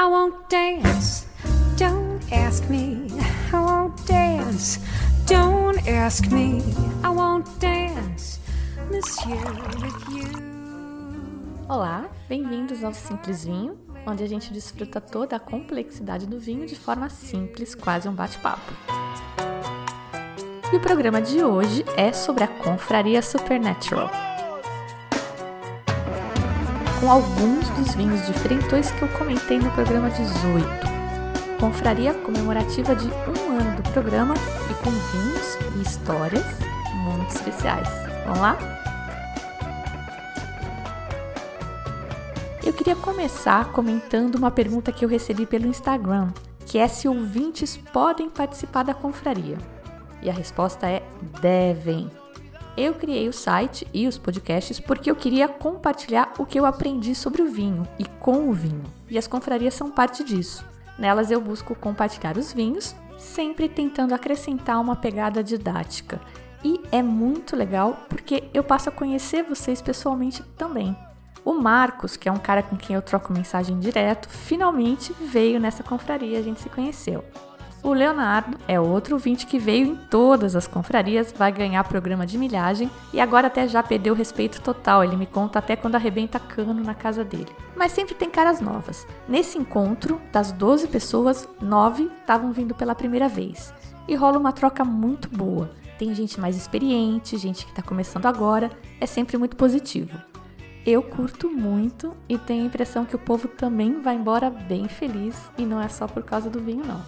I won't dance, don't ask me. I won't dance, don't ask me. I won't dance, monsieur, with you. Olá, bem-vindos ao Simples Vinho, onde a gente desfruta toda a complexidade do vinho de forma simples, quase um bate-papo. E o programa de hoje é sobre a Confraria Supernatural, com alguns dos vinhos diferentões que eu comentei no programa 18. Confraria comemorativa de 1 ano do programa e com vinhos e histórias muito especiais. Vamos lá? Eu queria começar comentando uma pergunta que eu recebi pelo Instagram, que é se ouvintes podem participar da confraria. E a resposta é: devem. Eu criei o site e os podcasts porque eu queria compartilhar o que eu aprendi sobre o vinho e com o vinho. E as confrarias são parte disso. Nelas eu busco compartilhar os vinhos, sempre tentando acrescentar uma pegada didática. E é muito legal porque eu passo a conhecer vocês pessoalmente também. O Marcos, que é um cara com quem eu troco mensagem direto, finalmente veio nessa confraria, a gente se conheceu. O Leonardo é outro ouvinte que veio em todas as confrarias, vai ganhar programa de milhagem e agora até já perdeu o respeito total, ele me conta até quando arrebenta cano na casa dele. Mas sempre tem caras novas. Nesse encontro, das 12 pessoas, 9 estavam vindo pela primeira vez. E rola uma troca muito boa. Tem gente mais experiente, gente que está começando agora, é sempre muito positivo. Eu curto muito e tenho a impressão que o povo também vai embora bem feliz e não é só por causa do vinho não.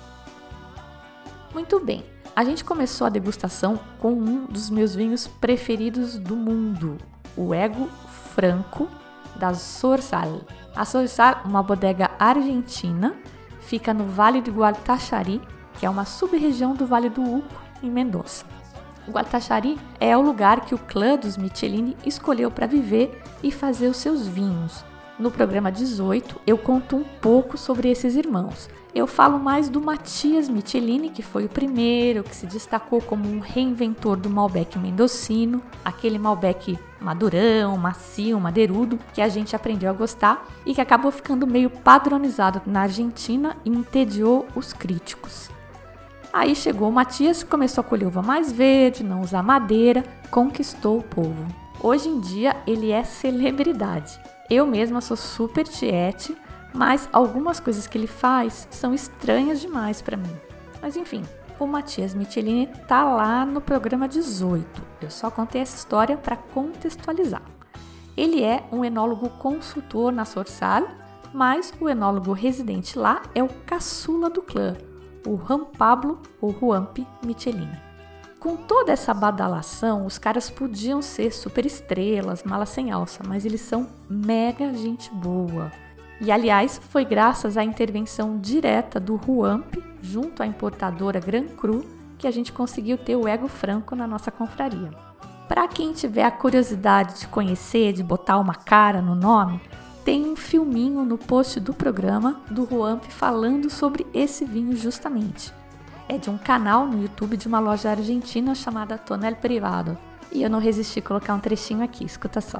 Muito bem, a gente começou a degustação com um dos meus vinhos preferidos do mundo, o Ego Franco da Sorsal. A Sorsal, uma bodega argentina, fica no Vale do Gualtaxari, que é uma sub-região do Vale do Uco, em Mendoza. O Gualtaxari é o lugar que o clã dos Michelini escolheu para viver e fazer os seus vinhos. No programa 18, eu conto um pouco sobre esses irmãos. Eu falo mais do Matias Michelini, que foi o primeiro que se destacou como um reinventor do Malbec mendocino, aquele Malbec madurão, macio, madeirudo, que a gente aprendeu a gostar e que acabou ficando meio padronizado na Argentina e entediou os críticos. Aí chegou o Matias, começou a colher uva mais verde, não usar madeira, conquistou o povo. Hoje em dia ele é celebridade. Eu mesma sou super tiete, mas algumas coisas que ele faz são estranhas demais para mim. Mas enfim, o Matias Michelini tá lá no programa 18. Eu só contei essa história para contextualizar. Ele é um enólogo consultor na Sorsal, mas o enólogo residente lá é o caçula do clã, o Juan Pablo ou Juanpi Michelini. Com toda essa badalação, os caras podiam ser super estrelas, mala sem alça, mas eles são mega gente boa. E aliás, foi graças à intervenção direta do Juanpi, junto à importadora Gran Cru, que a gente conseguiu ter o Ego Franco na nossa confraria. Para quem tiver a curiosidade de conhecer, de botar uma cara no nome, tem um filminho no post do programa do Juanpi falando sobre esse vinho justamente. É de um canal no YouTube de uma loja argentina chamada Tonel Privado. E eu não resisti a colocar um trechinho aqui, escuta só.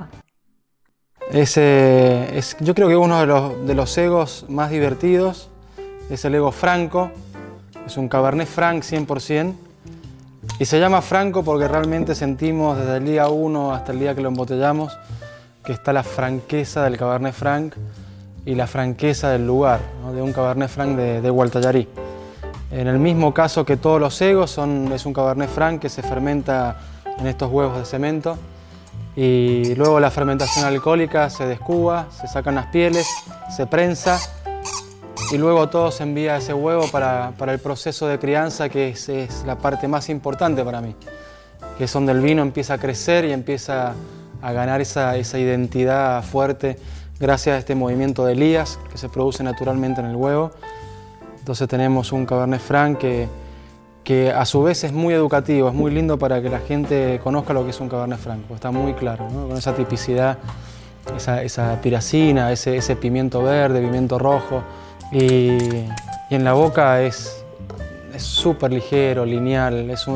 Yo creo que uno de los egos más divertidos es el Ego Franco. Es un Cabernet Franc 100%. Y se llama Franco porque realmente sentimos desde el día 1 hasta el día que lo embotellamos que está la franqueza del Cabernet Franc y la franqueza del lugar, ¿no? De un Cabernet Franc de Gualtallarí. En el mismo caso que todos los egos, es un Cabernet Franc que se fermenta en estos huevos de cemento y luego la fermentación alcohólica se descuba, se sacan las pieles, se prensa y luego todo se envía a ese huevo para el proceso de crianza, que es la parte más importante para mí, que es donde el vino empieza a crecer y empieza a ganar esa identidad fuerte gracias a este movimiento de Elías que se produce naturalmente en el huevo. Entonces tenemos un Cabernet Franc que a su vez es muy educativo, es muy lindo para que la gente conozca lo que es un Cabernet Franc, está muy claro, ¿no? Con esa tipicidad, esa piracina, ese pimiento verde, pimiento rojo, y en la boca es súper ligero, lineal, es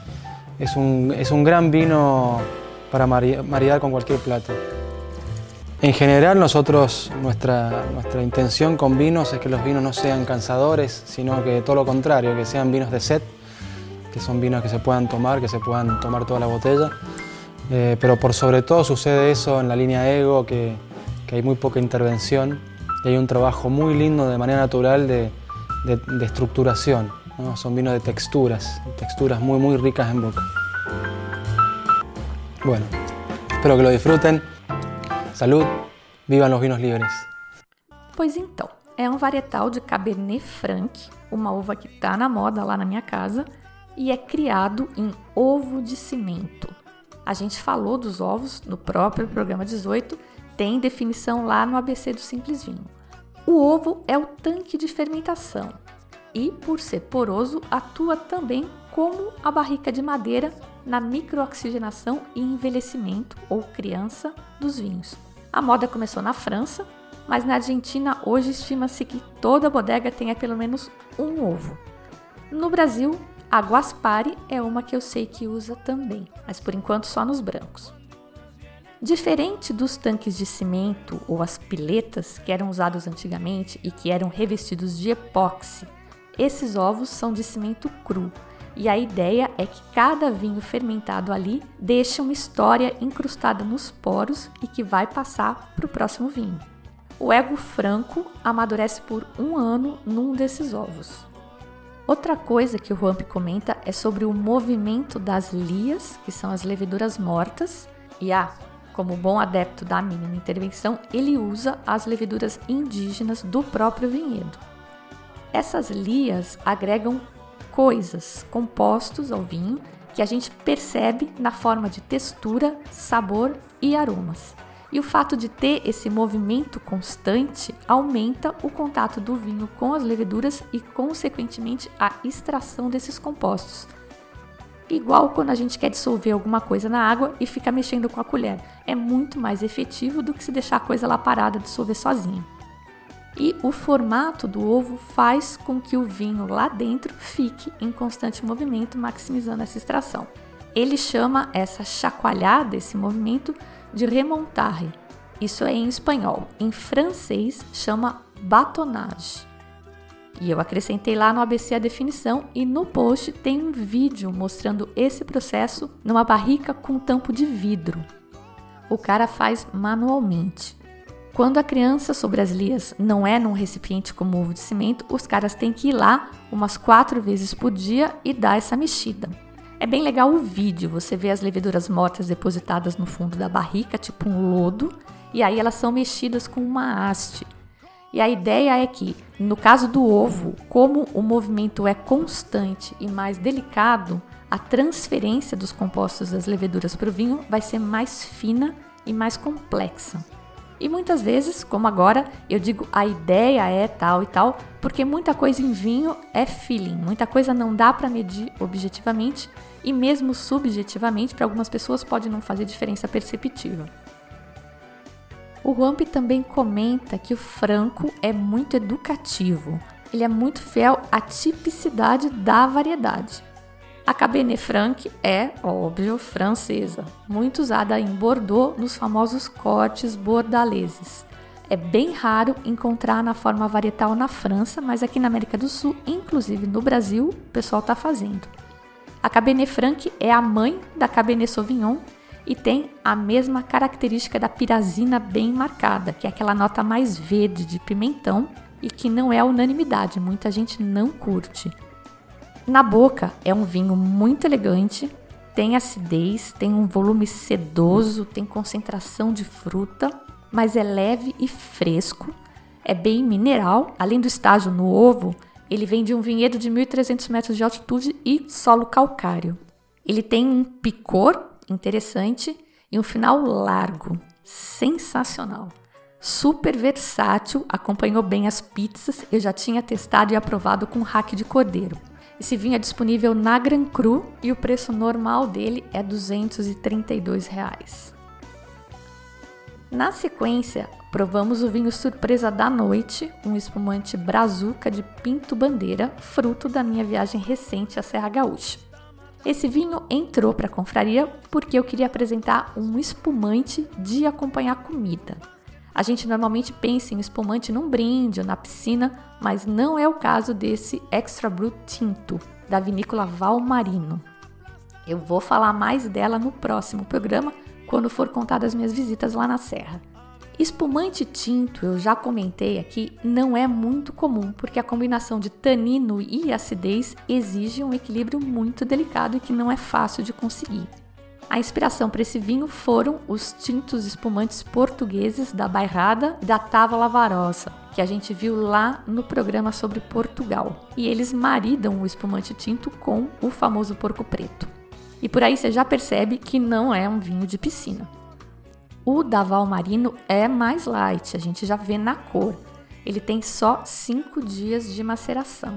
un gran vino para maridar con cualquier plato. En general, nuestra intención con vinos es que los vinos no sean cansadores, sino que todo lo contrario, que sean vinos de sed, que son vinos que se puedan tomar toda la botella. Pero por sobre todo sucede eso en la línea Ego, que hay muy poca intervención y hay un trabajo muy lindo de manera natural de estructuración, ¿no? Son vinos de texturas muy, muy ricas en boca. Bueno, espero que lo disfruten. Salud, vivam os vinhos livres. Pois então, é um varietal de Cabernet Franc, uma uva que está na moda lá na minha casa, e é criado em ovo de cimento. A gente falou dos ovos no próprio programa 18, tem definição lá no ABC do Simples Vinho. O ovo é o tanque de fermentação e, por ser poroso, atua também como a barrica de madeira na microoxigenação e envelhecimento ou criança dos vinhos. A moda começou na França, mas na Argentina hoje estima-se que toda bodega tenha pelo menos um ovo. No Brasil, a Guaspari é uma que eu sei que usa também, mas por enquanto só nos brancos. Diferente dos tanques de cimento ou as piletas que eram usados antigamente e que eram revestidos de epóxi, esses ovos são de cimento cru. E a ideia é que cada vinho fermentado ali deixa uma história incrustada nos poros e que vai passar para o próximo vinho. O Ego Franco amadurece por 1 ano num desses ovos. Outra coisa que o Juamp comenta é sobre o movimento das lias, que são as leveduras mortas, e como bom adepto da mínima intervenção, ele usa as leveduras indígenas do próprio vinhedo. Essas lias agregam compostos ao vinho, que a gente percebe na forma de textura, sabor e aromas. E o fato de ter esse movimento constante aumenta o contato do vinho com as leveduras e, consequentemente, a extração desses compostos. Igual quando a gente quer dissolver alguma coisa na água e fica mexendo com a colher. É muito mais efetivo do que se deixar a coisa lá parada dissolver sozinho. E o formato do ovo faz com que o vinho lá dentro fique em constante movimento, maximizando essa extração. Ele chama essa chacoalhada, esse movimento, de remontage. Isso é em espanhol. Em francês, chama bâtonnage. E eu acrescentei lá no ABC a definição e no post tem um vídeo mostrando esse processo numa barrica com tampo de vidro. O cara faz manualmente. Quando a criança sobre as lias não é num recipiente como ovo de cimento, os caras têm que ir lá umas 4 vezes por dia e dar essa mexida. É bem legal o vídeo, você vê as leveduras mortas depositadas no fundo da barrica, tipo um lodo, e aí elas são mexidas com uma haste. E a ideia é que, no caso do ovo, como o movimento é constante e mais delicado, a transferência dos compostos das leveduras para o vinho vai ser mais fina e mais complexa. E muitas vezes, como agora, eu digo a ideia é tal e tal, porque muita coisa em vinho é feeling, muita coisa não dá para medir objetivamente e mesmo subjetivamente, para algumas pessoas pode não fazer diferença perceptível. O Juamp também comenta que o Franco é muito educativo, ele é muito fiel à tipicidade da variedade. A Cabernet Franc é, óbvio, francesa, muito usada em Bordeaux nos famosos cortes bordaleses. É bem raro encontrar na forma varietal na França, mas aqui na América do Sul, inclusive no Brasil, o pessoal está fazendo. A Cabernet Franc é a mãe da Cabernet Sauvignon e tem a mesma característica da pirazina bem marcada, que é aquela nota mais verde de pimentão e que não é unanimidade, muita gente não curte. Na boca é um vinho muito elegante, tem acidez, tem um volume sedoso, tem concentração de fruta, mas é leve e fresco, é bem mineral. Além do estágio no ovo, ele vem de um vinhedo de 1.300 metros de altitude e solo calcário. Ele tem um picor interessante e um final largo, sensacional. Super versátil, acompanhou bem as pizzas, eu já tinha testado e aprovado com hack de cordeiro. Esse vinho é disponível na Gran Cru e o preço normal dele é R$ 232. Na sequência, provamos o vinho surpresa da noite, um espumante Brazuca de Pinto Bandeira, fruto da minha viagem recente à Serra Gaúcha. Esse vinho entrou para a confraria porque eu queria apresentar um espumante de acompanhar comida. A gente normalmente pensa em espumante num brinde ou na piscina, mas não é o caso desse Extra Brut tinto, da vinícola Valmarino. Eu vou falar mais dela no próximo programa, quando for contar das minhas visitas lá na Serra. Espumante tinto, eu já comentei aqui, não é muito comum, porque a combinação de tanino e acidez exige um equilíbrio muito delicado e que não é fácil de conseguir. A inspiração para esse vinho foram os tintos espumantes portugueses da Bairrada e da Tava Lavarosa, que a gente viu lá no programa sobre Portugal. E eles maridam o espumante tinto com o famoso porco preto. E por aí você já percebe que não é um vinho de piscina. O da Valmarino é mais light, a gente já vê na cor. Ele tem só 5 dias de maceração.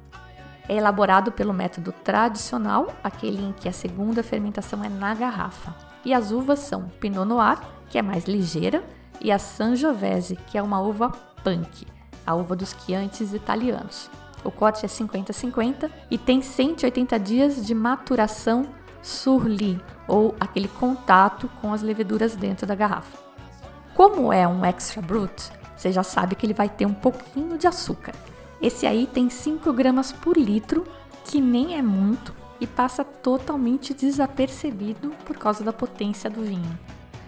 É elaborado pelo método tradicional, aquele em que a segunda fermentação é na garrafa. E as uvas são Pinot Noir, que é mais ligeira, e a Sangiovese, que é uma uva punk, a uva dos Chiantis italianos. O corte é 50-50 e tem 180 dias de maturação sur lie, ou aquele contato com as leveduras dentro da garrafa. Como é um Extra Brut, você já sabe que ele vai ter um pouquinho de açúcar. Esse aí tem 5 gramas por litro, que nem é muito, e passa totalmente desapercebido por causa da potência do vinho.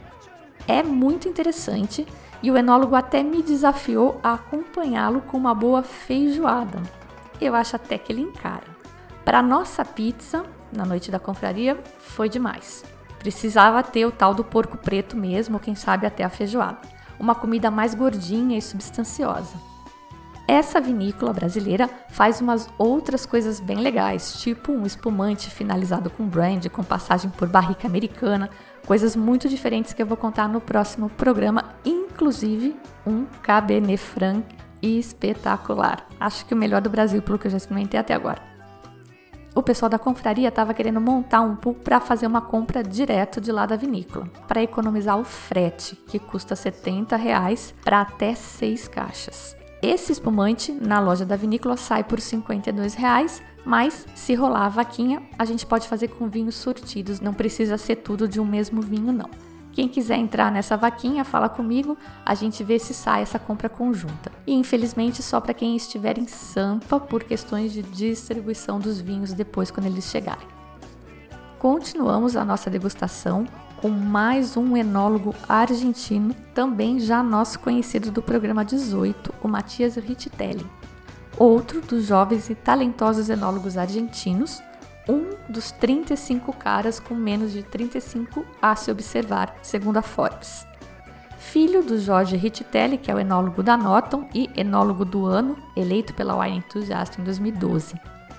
É muito interessante e o enólogo até me desafiou a acompanhá-lo com uma boa feijoada. Eu acho até que ele encara. Para nossa pizza, na noite da confraria, foi demais. Precisava ter o tal do porco preto mesmo, ou quem sabe até a feijoada. Uma comida mais gordinha e substanciosa. Essa vinícola brasileira faz umas outras coisas bem legais, tipo um espumante finalizado com brandy, com passagem por barrica americana, coisas muito diferentes que eu vou contar no próximo programa, inclusive um Cabernet Franc espetacular. Acho que o melhor do Brasil, pelo que eu já experimentei até agora. O pessoal da confraria estava querendo montar um pool para fazer uma compra direto de lá da vinícola, para economizar o frete, que custa R$70 para até 6 caixas. Esse espumante na loja da vinícola sai por R$52, mas se rolar a vaquinha, a gente pode fazer com vinhos sortidos, não precisa ser tudo de um mesmo vinho não. Quem quiser entrar nessa vaquinha, fala comigo, a gente vê se sai essa compra conjunta. E infelizmente só para quem estiver em Sampa por questões de distribuição dos vinhos depois quando eles chegarem. Continuamos a nossa degustação com mais um enólogo argentino, também já nosso conhecido do programa 18, o Matias Rittitelli. Outro dos jovens e talentosos enólogos argentinos, um dos 35 caras com menos de 35 a se observar, segundo a Forbes. Filho do Jorge Rittitelli, que é o enólogo da Norton e enólogo do ano, eleito pela Wine Enthusiast em 2012.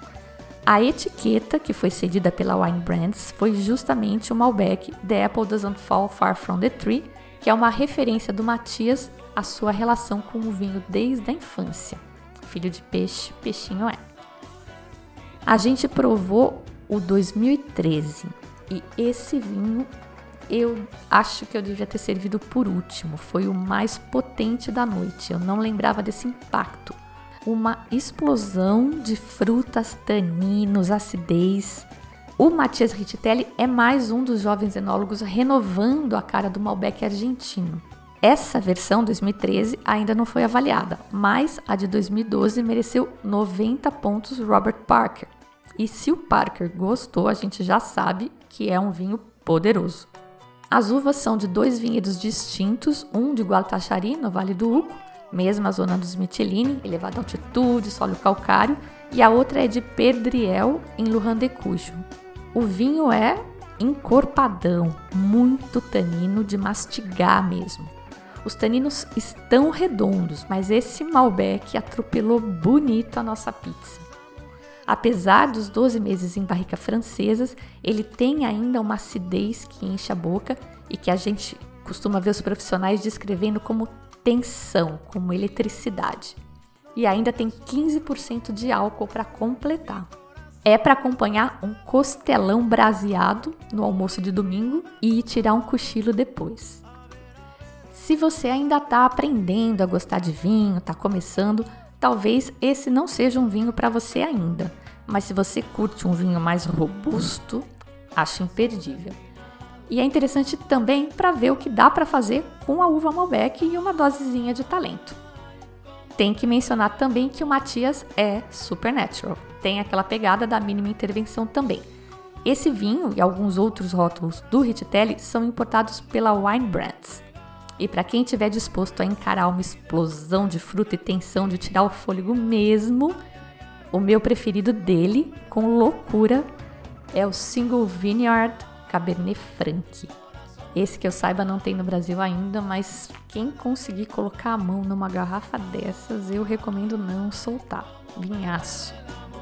A etiqueta, que foi cedida pela Wine Brands, foi justamente o Malbec The Apple Doesn't Fall Far From The Tree, que é uma referência do Matias à sua relação com o vinho desde a infância. Filho de peixe, peixinho é. A gente provou o 2013 e esse vinho eu acho que eu devia ter servido por último. Foi o mais potente da noite, eu não lembrava desse impacto. Uma explosão de frutas, taninos, acidez. O Matias Rittitelli é mais um dos jovens enólogos renovando a cara do Malbec argentino. Essa versão 2013 ainda não foi avaliada, mas a de 2012 mereceu 90 pontos Robert Parker. E se o Parker gostou, a gente já sabe que é um vinho poderoso. As uvas são de 2 vinhedos distintos, um de Gualtaxari, no Vale do Uco, mesma zona dos Michelini, elevada altitude, solo calcário, e a outra é de Perdriel, em Lujan-de-Cujo. O vinho é encorpadão, muito tanino, de mastigar mesmo. Os taninos estão redondos, mas esse Malbec atropelou bonito a nossa pizza. Apesar dos 12 meses em barrica francesas, ele tem ainda uma acidez que enche a boca e que a gente costuma ver os profissionais descrevendo como tensão, como eletricidade. E ainda tem 15% de álcool para completar. É para acompanhar um costelão braseado no almoço de domingo e tirar um cochilo depois. Se você ainda está aprendendo a gostar de vinho, está começando, talvez esse não seja um vinho para você ainda. Mas se você curte um vinho mais robusto, acho imperdível. E é interessante também para ver o que dá para fazer com a uva Malbec e uma dosezinha de talento. Tem que mencionar também que o Matias é supernatural. Tem aquela pegada da mínima intervenção também. Esse vinho e alguns outros rótulos do Riccitelli são importados pela Wine Brands. E para quem estiver disposto a encarar uma explosão de fruta e tensão de tirar o fôlego mesmo, o meu preferido dele, com loucura, é o Single Vineyard Cabernet Franc. Esse que eu saiba não tem no Brasil ainda, mas quem conseguir colocar a mão numa garrafa dessas, eu recomendo não soltar. Vinhaço.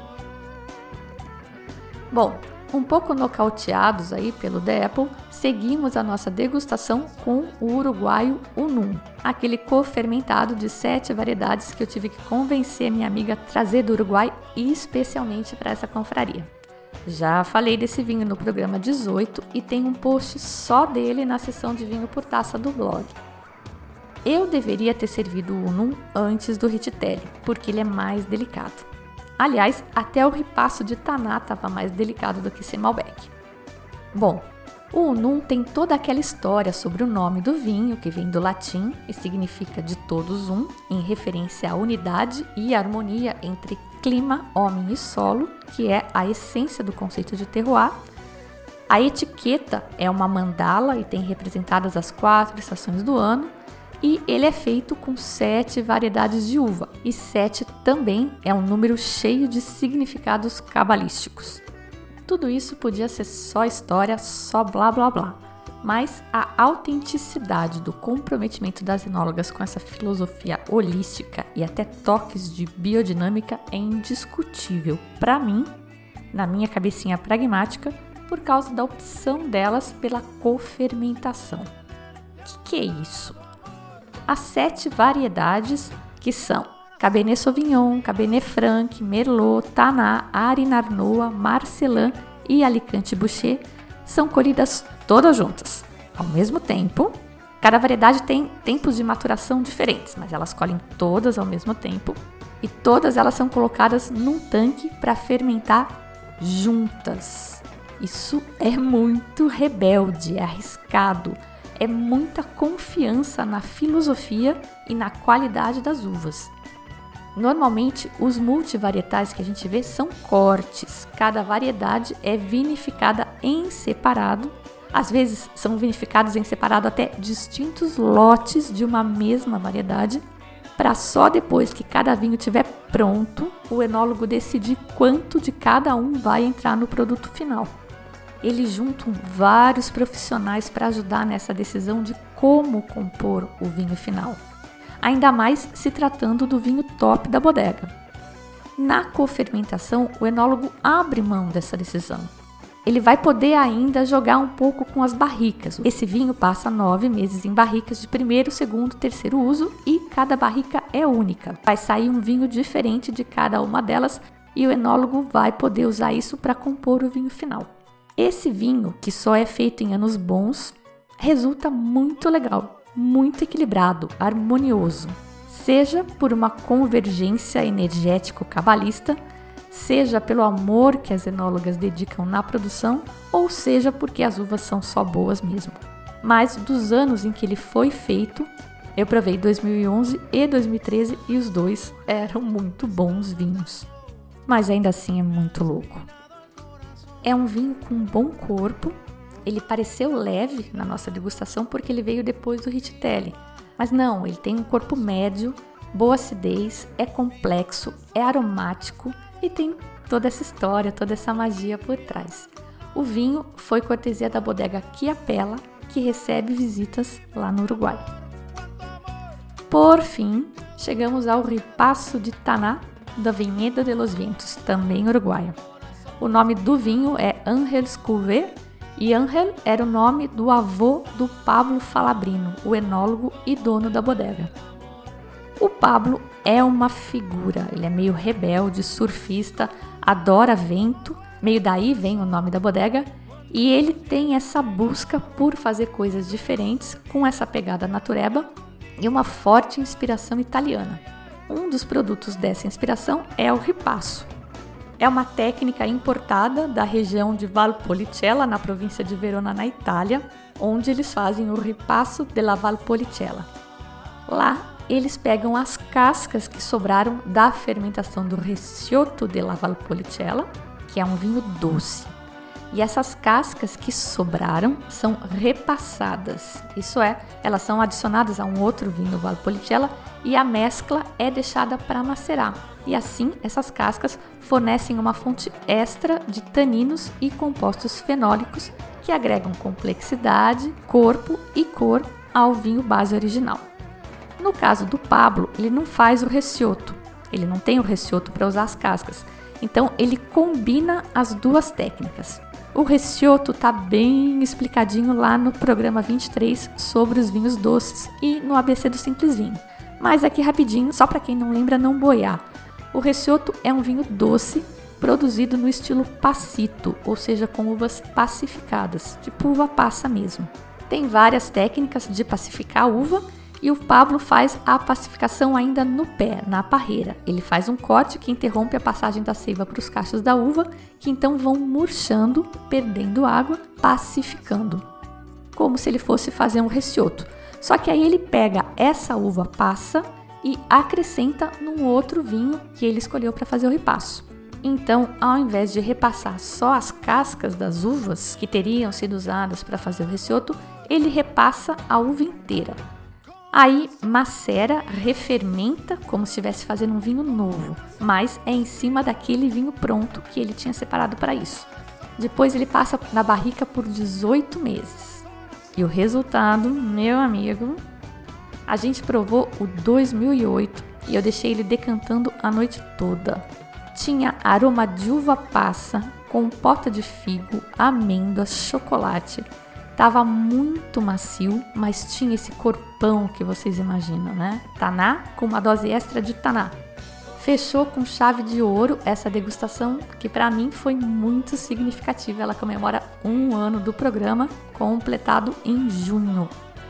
Bom, um pouco nocauteados aí pelo The Apple, seguimos a nossa degustação com o uruguaio Unum, aquele co-fermentado de 7 variedades que eu tive que convencer minha amiga a trazer do Uruguai especialmente para essa confraria. Já falei desse vinho no programa 18 e tem um post só dele na seção de vinho por taça do blog. Eu deveria ter servido o Unum antes do Riccitelli, porque ele é mais delicado. Aliás, até o ripasso de Taná estava mais delicado do que esse Malbec. Bom, o Unum tem toda aquela história sobre o nome do vinho, que vem do latim e significa de todos um, em referência à unidade e harmonia entre clima, homem e solo, que é a essência do conceito de terroir. A etiqueta é uma mandala e tem representadas as 4 estações do ano. E ele é feito com 7 variedades de uva, e 7 também é um número cheio de significados cabalísticos. Tudo isso podia ser só história, só blá blá blá, mas a autenticidade do comprometimento das enólogas com essa filosofia holística e até toques de biodinâmica é indiscutível para mim, na minha cabecinha pragmática, por causa da opção delas pela cofermentação. O que é isso? As 7 variedades que são Cabernet Sauvignon, Cabernet Franc, Merlot, Taná, Arinarnoa, Marcelin e Alicante Bouschet são colhidas todas juntas, ao mesmo tempo. Cada variedade tem tempos de maturação diferentes, mas elas colhem todas ao mesmo tempo e todas elas são colocadas num tanque para fermentar juntas. Isso é muito rebelde, é arriscado. É muita confiança na filosofia e na qualidade das uvas. Normalmente, os multivarietais que a gente vê são cortes. Cada variedade é vinificada em separado. Às vezes, são vinificados em separado até distintos lotes de uma mesma variedade, para só depois que cada vinho estiver pronto, o enólogo decidir quanto de cada um vai entrar no produto final. Eles juntam vários profissionais para ajudar nessa decisão de como compor o vinho final, ainda mais se tratando do vinho top da bodega. Na cofermentação, o enólogo abre mão dessa decisão. Ele vai poder ainda jogar um pouco com as barricas. Esse vinho passa 9 meses em barricas de primeiro, segundo, terceiro uso e cada barrica é única. Vai sair um vinho diferente de cada uma delas e o enólogo vai poder usar isso para compor o vinho final. Esse vinho, que só é feito em anos bons, resulta muito legal, muito equilibrado, harmonioso. Seja por uma convergência energético-cabalista, seja pelo amor que as enólogas dedicam na produção, ou seja porque as uvas são só boas mesmo. Mas dos anos em que ele foi feito, eu provei 2011 e 2013 e os dois eram muito bons vinhos. Mas ainda assim é muito louco. É um vinho com um bom corpo, ele pareceu leve na nossa degustação porque ele veio depois do Riccitelli, mas não, ele tem um corpo médio, boa acidez, é complexo, é aromático e tem toda essa história, toda essa magia por trás. O vinho foi cortesia da bodega Chiapella, que recebe visitas lá no Uruguai. Por fim, chegamos ao ripasso de Taná da Viñedo de los Vientos, também uruguaia. O nome do vinho é Ángel Cuvée e Ángel era o nome do avô do Pablo Falabrino, o enólogo e dono da bodega. O Pablo é uma figura, ele é meio rebelde, surfista, adora vento, meio daí vem o nome da bodega, e ele tem essa busca por fazer coisas diferentes com essa pegada natureba e uma forte inspiração italiana. Um dos produtos dessa inspiração é o ripasso. É uma técnica importada da região de Valpolicella, na província de Verona, na Itália, onde eles fazem o ripasso della Valpolicella. Lá, eles pegam as cascas que sobraram da fermentação do Recioto della Valpolicella, que é um vinho doce. E essas cascas que sobraram são repassadas, isso é, elas são adicionadas a um outro vinho Valpolicella e a mescla é deixada para macerar. E assim, essas cascas fornecem uma fonte extra de taninos e compostos fenólicos que agregam complexidade, corpo e cor ao vinho base original. No caso do Pablo, ele não faz o Recioto, ele não tem o Recioto para usar as cascas, então ele combina as duas técnicas. O Recioto está bem explicadinho lá no programa 23 sobre os vinhos doces e no ABC do Simples Vinho. Mas aqui rapidinho, só para quem não lembra não boiar. O Recioto é um vinho doce produzido no estilo passito, ou seja, com uvas pacificadas, tipo uva passa mesmo. Tem várias técnicas de pacificar a uva e o Pablo faz a pacificação ainda no pé, na parreira. Ele faz um corte que interrompe a passagem da seiva para os cachos da uva, que então vão murchando, perdendo água, pacificando, como se ele fosse fazer um Recioto. Só que aí ele pega essa uva passa e acrescenta num outro vinho que ele escolheu para fazer o ripasso. Então, ao invés de repassar só as cascas das uvas que teriam sido usadas para fazer o Recioto, ele repassa a uva inteira. Aí macera, refermenta como se estivesse fazendo um vinho novo, mas é em cima daquele vinho pronto que ele tinha separado para isso. Depois ele passa na barrica por 18 meses. E o resultado, meu amigo, a gente provou o 2008 e eu deixei ele decantando a noite toda. Tinha aroma de uva passa, compota de figo, amêndoas, chocolate. Tava muito macio, mas tinha esse corpão que vocês imaginam, né? Taná com uma dose extra de taná. Fechou com chave de ouro essa degustação, que para mim foi muito significativa. Ela comemora 1 ano do programa, completado em junho.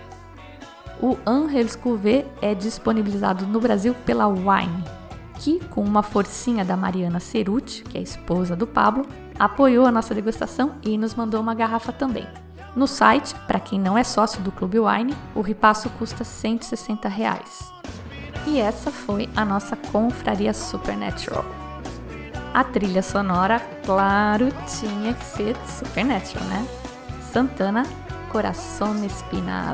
O Angels Cuvée é disponibilizado no Brasil pela Wine, que, com uma forcinha da Mariana Cerutti, que é a esposa do Pablo, apoiou a nossa degustação e nos mandou uma garrafa também. No site, para quem não é sócio do Clube Wine, o ripasso custa R$160. E essa foi a nossa confraria Supernatural. A trilha sonora, claro, tinha que ser Supernatural, né? Santana, Coração Espinal.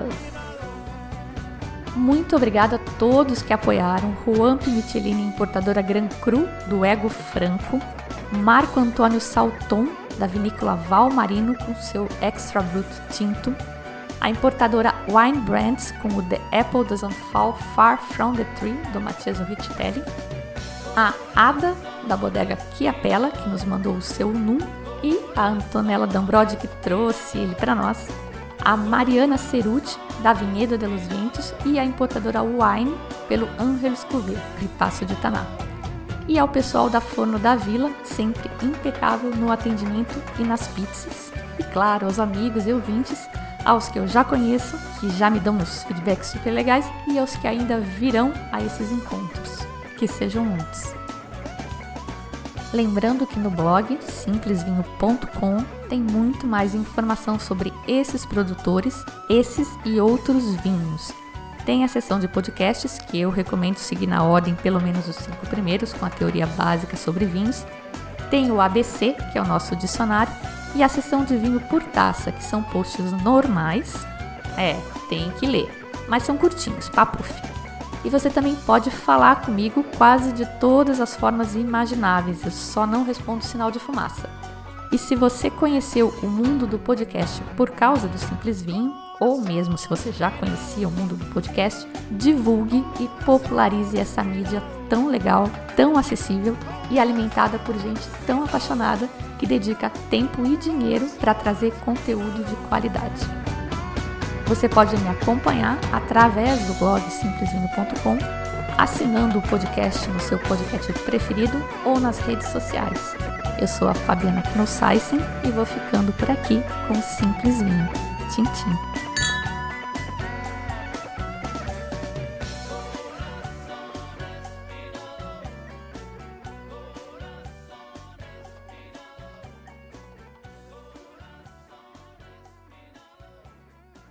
Muito obrigada a todos que apoiaram: Juan Michelini, importadora Gran Cru do Ego Franco, Marco Antônio Salton, da vinícola Valmarino com seu Extra Brut tinto, a importadora Wine Brands com o The Apple Doesn't Fall Far From The Tree, do Matias Riccitelli, a Ada, da bodega Chiapella, que nos mandou o seu Num, e a Antonella D'Ambrodi, que trouxe ele para nós, a Mariana Cerutti, da Vinhedo de los Ventos, e a importadora Wine pelo Angels Cuvée, ripasso de taná. E ao pessoal da Forno da Vila, sempre impecável no atendimento e nas pizzas. E claro, aos amigos e ouvintes, aos que eu já conheço, que já me dão uns feedbacks super legais, e aos que ainda virão a esses encontros. Que sejam muitos. Lembrando que no blog simplesvinho.com tem muito mais informação sobre esses produtores, esses e outros vinhos. Tem a seção de podcasts, que eu recomendo seguir na ordem pelo menos os 5 primeiros, com a teoria básica sobre vinhos. Tem o ABC, que é o nosso dicionário, e a seção de vinho por taça, que são posts normais. Tem que ler, mas são curtinhos, papuf. E você também pode falar comigo quase de todas as formas imagináveis, eu só não respondo sinal de fumaça. E se você conheceu o mundo do podcast por causa do Simples Vinho, ou mesmo se você já conhecia o mundo do podcast, divulgue e popularize essa mídia tão legal, tão acessível e alimentada por gente tão apaixonada que dedica tempo e dinheiro para trazer conteúdo de qualidade. Você pode me acompanhar através do blog simplesvinho.com, assinando o podcast no seu podcast preferido ou nas redes sociais. Eu sou a Fabiana Knossaisen e vou ficando por aqui com o Simples Vinho. Tchim, tchim.